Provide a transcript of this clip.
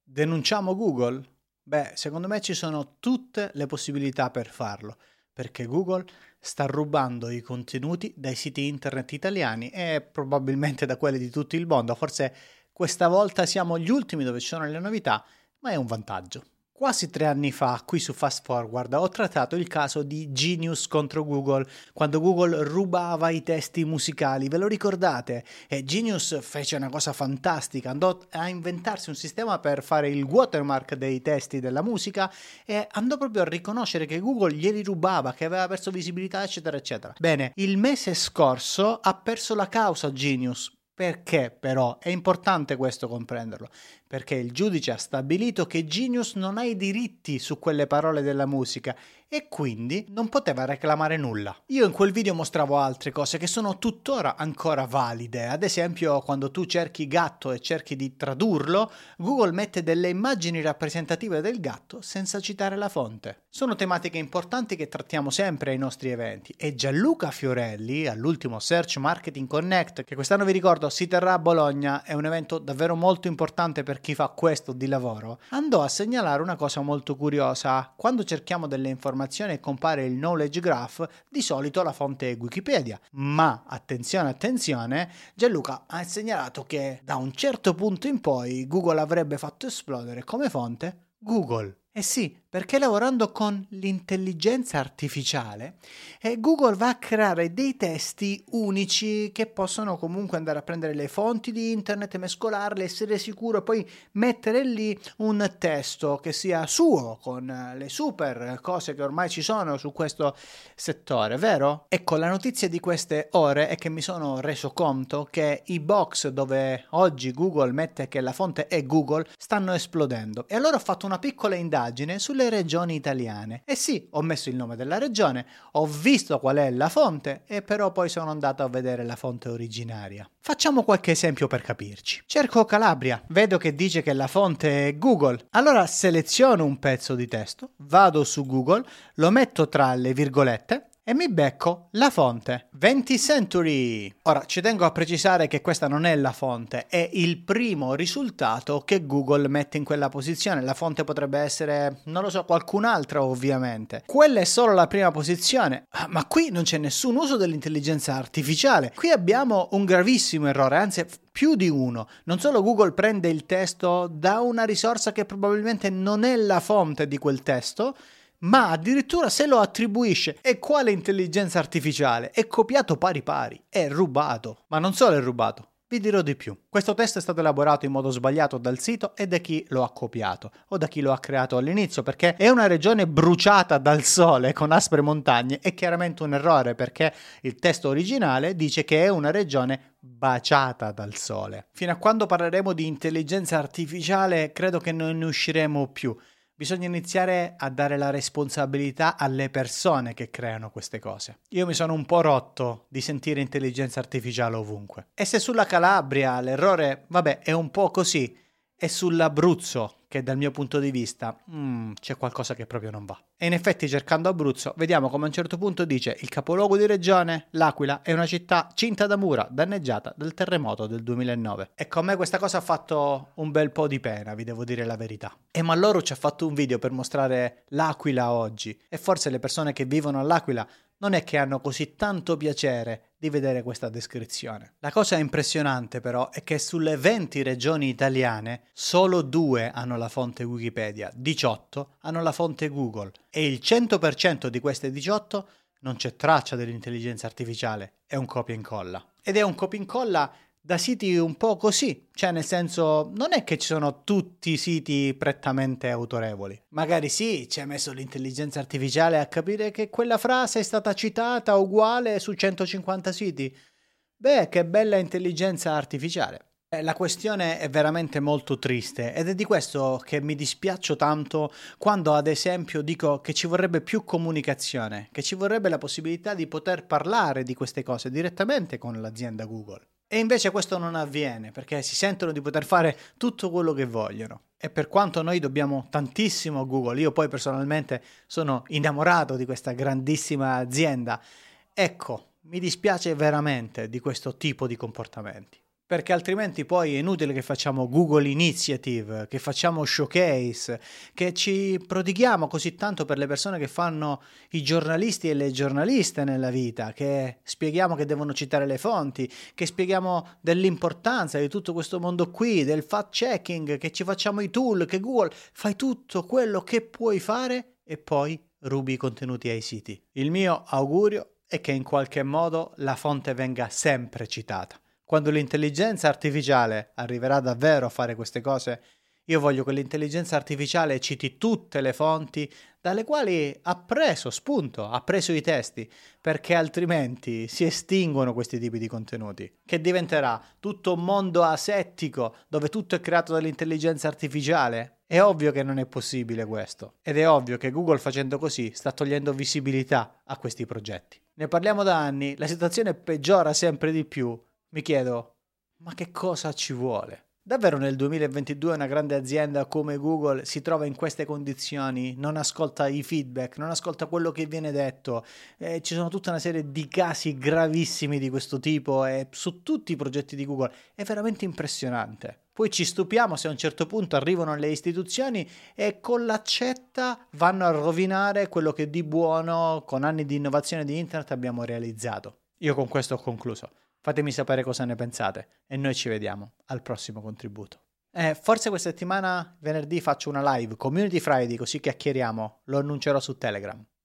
Denunciamo Google? Beh, secondo me ci sono tutte le possibilità per farlo, perché Google sta rubando i contenuti dai siti internet italiani e probabilmente da quelli di tutto il mondo. Forse questa volta siamo gli ultimi dove ci sono le novità, ma è un vantaggio. Quasi 3 anni fa, qui su Fast Forward, ho trattato il caso di Genius contro Google, quando Google rubava i testi musicali, ve lo ricordate? E Genius fece una cosa fantastica, andò a inventarsi un sistema per fare il watermark dei testi della musica e andò proprio a riconoscere che Google glieli rubava, che aveva perso visibilità, eccetera, eccetera. Bene, il mese scorso ha perso la causa Genius. Perché però? È importante questo comprenderlo, perché il giudice ha stabilito che Genius non ha i diritti su quelle parole della musica e quindi non poteva reclamare nulla. Io in quel video mostravo altre cose che sono tuttora ancora valide, ad esempio quando tu cerchi gatto e cerchi di tradurlo, Google mette delle immagini rappresentative del gatto senza citare la fonte. Sono tematiche importanti che trattiamo sempre ai nostri eventi e Gianluca Fiorelli, all'ultimo Search Marketing Connect, che quest'anno vi ricordo si terrà a Bologna, è un evento davvero molto importante per chi fa questo di lavoro, andò a segnalare una cosa molto curiosa. Quando cerchiamo delle informazioni e compare il knowledge graph, di solito la fonte è Wikipedia, ma attenzione, Gianluca ha segnalato che da un certo punto in poi Google avrebbe fatto esplodere come fonte Google. Eh sì, perché lavorando con l'intelligenza artificiale Google va a creare dei testi unici che possono comunque andare a prendere le fonti di internet, mescolarle, essere sicuro e poi mettere lì un testo che sia suo con le super cose che ormai ci sono su questo settore, vero? Ecco, la notizia di queste ore è che mi sono reso conto che i box dove oggi Google mette che la fonte è Google stanno esplodendo e allora ho fatto una piccola indagine sulle regioni italiane. E sì, ho messo il nome della regione, ho visto qual è la fonte e però poi sono andato a vedere la fonte originaria. Facciamo qualche esempio per capirci. Cerco Calabria, vedo che dice che la fonte è Google. Allora seleziono un pezzo di testo, vado su Google, lo metto tra le virgolette e mi becco la fonte 20th Century. Ora ci tengo a precisare che questa non è la fonte, è il primo risultato che Google mette in quella posizione. La fonte potrebbe essere, non lo so, qualcun'altra ovviamente. Quella è solo la prima posizione, ma qui non c'è nessun uso dell'intelligenza artificiale. Qui abbiamo un gravissimo errore, anzi più di uno. Non solo Google prende il testo da una risorsa che probabilmente non è la fonte di quel testo, ma addirittura se lo attribuisce. E quale intelligenza artificiale? È copiato pari pari, è rubato. Ma non solo è rubato, vi dirò di più. Questo testo è stato elaborato in modo sbagliato dal sito e da chi lo ha copiato o da chi lo ha creato all'inizio, perché è una regione bruciata dal sole con aspre montagne. È chiaramente un errore perché il testo originale dice che è una regione baciata dal sole. Fino a quando parleremo di intelligenza artificiale credo che non ne usciremo più. Bisogna iniziare a dare la responsabilità alle persone che creano queste cose. Io mi sono un po' rotto di sentire intelligenza artificiale ovunque. E se sulla Calabria l'errore, vabbè, è un po' così, è sull'Abruzzo che dal mio punto di vista c'è qualcosa che proprio non va. E in effetti cercando Abruzzo vediamo come a un certo punto dice il capoluogo di regione, L'Aquila, è una città cinta da mura, danneggiata dal terremoto del 2009. E con me questa cosa ha fatto un bel po' di pena, vi devo dire la verità. E Malloro ci ha fatto un video per mostrare L'Aquila oggi e forse le persone che vivono all'Aquila non è che hanno così tanto piacere di vedere questa descrizione. La cosa impressionante però è che sulle 20 regioni italiane solo 2 hanno la fonte Wikipedia, 18 hanno la fonte Google e il 100% di queste 18 non c'è traccia dell'intelligenza artificiale, è un copia e incolla. Ed è un copia e incolla da siti un po' così, cioè nel senso non è che ci sono tutti i siti prettamente autorevoli. Magari sì, ci ha messo l'intelligenza artificiale a capire che quella frase è stata citata uguale su 150 siti. Beh, che bella intelligenza artificiale. La questione è veramente molto triste ed è di questo che mi dispiaccio tanto quando ad esempio dico che ci vorrebbe più comunicazione, che ci vorrebbe la possibilità di poter parlare di queste cose direttamente con l'azienda Google. E invece questo non avviene perché si sentono di poter fare tutto quello che vogliono. E per quanto noi dobbiamo tantissimo a Google, io poi personalmente sono innamorato di questa grandissima azienda, ecco, mi dispiace veramente di questo tipo di comportamenti. perché altrimenti poi è inutile che facciamo Google Initiative, che facciamo showcase, che ci prodighiamo così tanto per le persone che fanno i giornalisti e le giornaliste nella vita, che spieghiamo che devono citare le fonti, che spieghiamo dell'importanza di tutto questo mondo qui, del fact checking, che ci facciamo i tool, che Google fai tutto quello che puoi fare e poi rubi i contenuti ai siti. Il mio augurio è che in qualche modo la fonte venga sempre citata. Quando l'intelligenza artificiale arriverà davvero a fare queste cose, io voglio che l'intelligenza artificiale citi tutte le fonti dalle quali ha preso spunto, ha preso i testi, perché altrimenti si estinguono questi tipi di contenuti, che diventerà tutto un mondo asettico dove tutto è creato dall'intelligenza artificiale. È ovvio che non è possibile questo, ed è ovvio che Google facendo così sta togliendo visibilità a questi progetti. Ne parliamo da anni, la situazione peggiora sempre di più. Mi chiedo, ma che cosa ci vuole? Davvero nel 2022 una grande azienda come Google si trova in queste condizioni, non ascolta i feedback, non ascolta quello che viene detto, ci sono tutta una serie di casi gravissimi di questo tipo e su tutti i progetti di Google, è veramente impressionante. Poi ci stupiamo se a un certo punto arrivano le istituzioni e con l'accetta vanno a rovinare quello che di buono con anni di innovazione di internet abbiamo realizzato. Io con questo ho concluso. Fatemi sapere cosa ne pensate e noi ci vediamo al prossimo contributo. Forse questa settimana, venerdì, faccio una live, Community Friday, così chiacchieriamo, lo annuncerò su Telegram.